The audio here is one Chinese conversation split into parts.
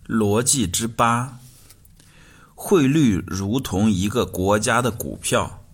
逻辑之八，汇率如同一个国家的股票。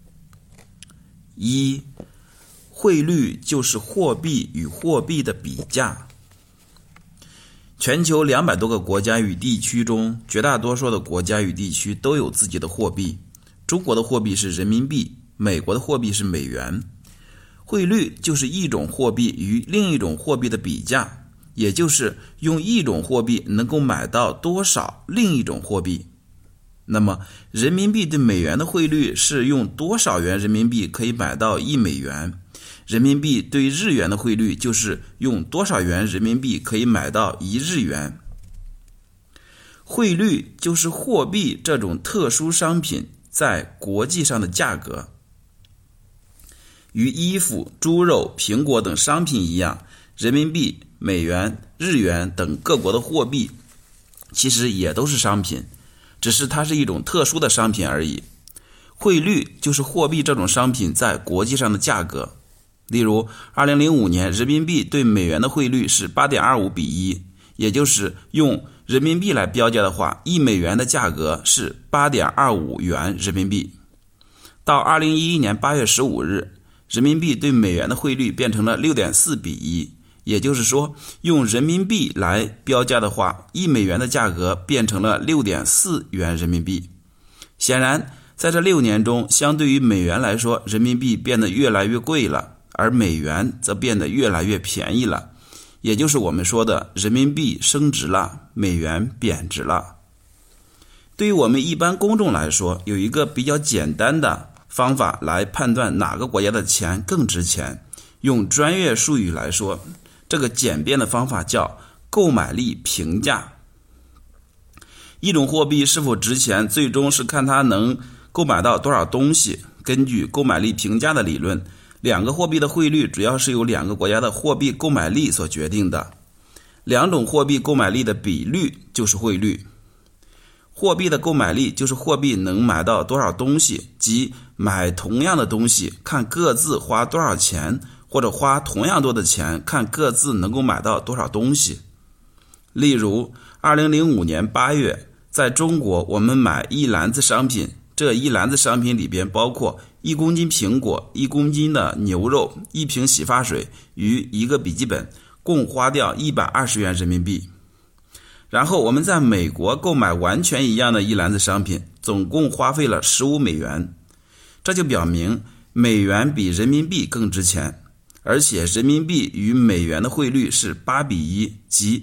一，汇率就是货币与货币的比价。全球200多个国家与地区中，绝大多数的国家与地区都有自己的货币。中国的货币是人民币，美国的货币是美元。汇率就是一种货币与另一种货币的比价，也就是用一种货币能够买到多少另一种货币。那么人民币对美元的汇率是用多少元人民币可以买到1美元，人民币对日元的汇率就是用多少元人民币可以买到1日元。汇率就是货币这种特殊商品在国际上的价格。与衣服、猪肉、苹果等商品一样，人民币、美元、日元等各国的货币其实也都是商品，只是它是一种特殊的商品而已。汇率就是货币这种商品在国际上的价格。例如2005年人民币对美元的汇率是 8.25 比1，也就是用人民币来标价的话，1美元的价格是 8.25 元人民币。到2011年8月15日，人民币对美元的汇率变成了 6.4 比1，也就是说用人民币来标价的话，1美元的价格变成了 6.4 元人民币。显然在这6年中，相对于美元来说，人民币变得越来越贵了，而美元则变得越来越便宜了，也就是我们说的人民币升值了，美元贬值了。对于我们一般公众来说，有一个比较简单的方法来判断哪个国家的钱更值钱。用专业术语来说，这个简便的方法叫购买力评价。一种货币是否值钱，最终是看它能购买到多少东西。根据购买力评价的理论，两个货币的汇率主要是由两个国家的货币购买力所决定的。两种货币购买力的比率就是汇率。货币的购买力就是货币能买到多少东西，即买同样的东西看各自花多少钱，或者花同样多的钱看各自能够买到多少东西。例如2005年8月，在中国我们买一篮子商品，这一篮子商品里边包括1公斤苹果、1公斤的牛肉、1瓶洗发水与1个笔记本，共花掉120元人民币。然后我们在美国购买完全一样的一篮子商品，总共花费了15美元。这就表明美元比人民币更值钱，而且人民币与美元的汇率是8比1，即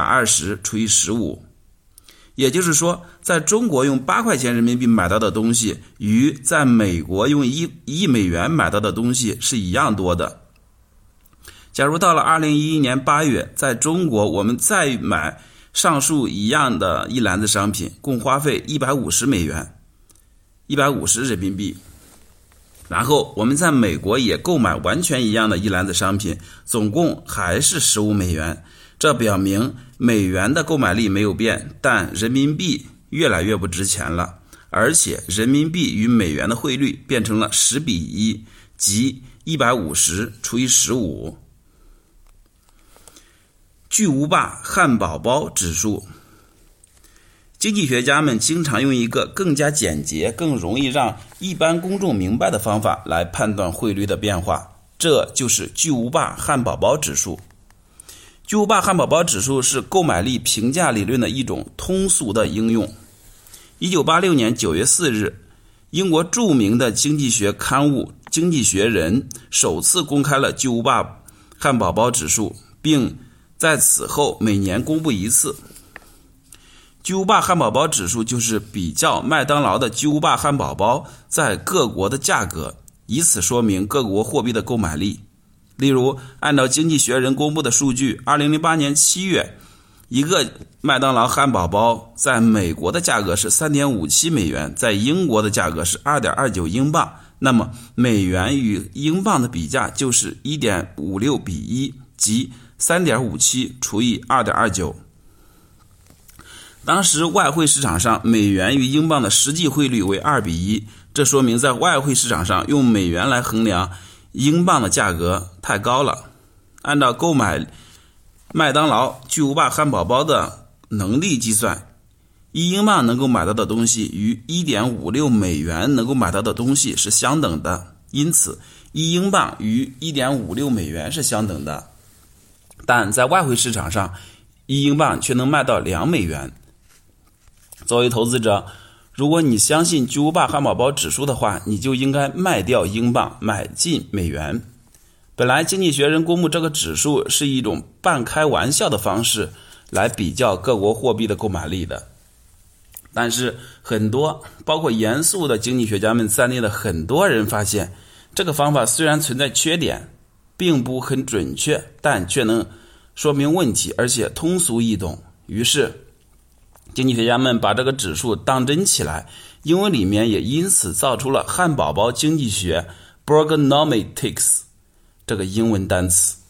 120除以15。也就是说，在中国用8块钱人民币买到的东西，与在美国用1美元买到的东西是一样多的。假如到了2011年8月，在中国我们再买上述一样的一篮子商品，共花费150美元，150人民币。然后我们在美国也购买完全一样的一篮子商品，总共还是15美元。这表明美元的购买力没有变，但人民币越来越不值钱了，而且人民币与美元的汇率变成了10比1，即150除以15。巨无霸汉堡包指数。经济学家们经常用一个更加简洁、更容易让一般公众明白的方法来判断汇率的变化，这就是巨无霸汉堡包指数。巨无霸汉堡包指数是购买力评价理论的一种通俗的应用。1986年9月4日，英国著名的经济学刊物《经济学人》首次公开了巨无霸汉堡包指数，并在此后每年公布一次。巨无霸汉堡包指数就是比较麦当劳的巨无霸汉堡包在各国的价格，以此说明各国货币的购买力。例如按照经济学人公布的数据，2008年7月，一个麦当劳汉堡包在美国的价格是 3.57 美元，在英国的价格是 2.29 英镑，那么美元与英镑的比价就是 1.56 比1，即3.57除以 2.29。 当时外汇市场上美元与英镑的实际汇率为2比1，这说明在外汇市场上用美元来衡量英镑的价格太高了。按照购买麦当劳巨无霸汉堡包的能力计算，1英镑能够买到的东西与 1.56 美元能够买到的东西是相等的，因此1英镑与 1.56 美元是相等的。但在外汇市场上，1英镑却能卖到2美元。作为投资者，如果你相信巨无霸汉堡包指数的话，你就应该卖掉英镑，买进美元。本来经济学人公布这个指数是一种半开玩笑的方式来比较各国货币的购买力的，但是很多包括严肃的经济学家们在内的很多人发现，这个方法虽然存在缺点，并不很准确，但却能说明问题，而且通俗易懂。于是经济学家们把这个指数当真起来，英文里面也因此造出了汉堡包经济学 Burgonomics 这个英文单词。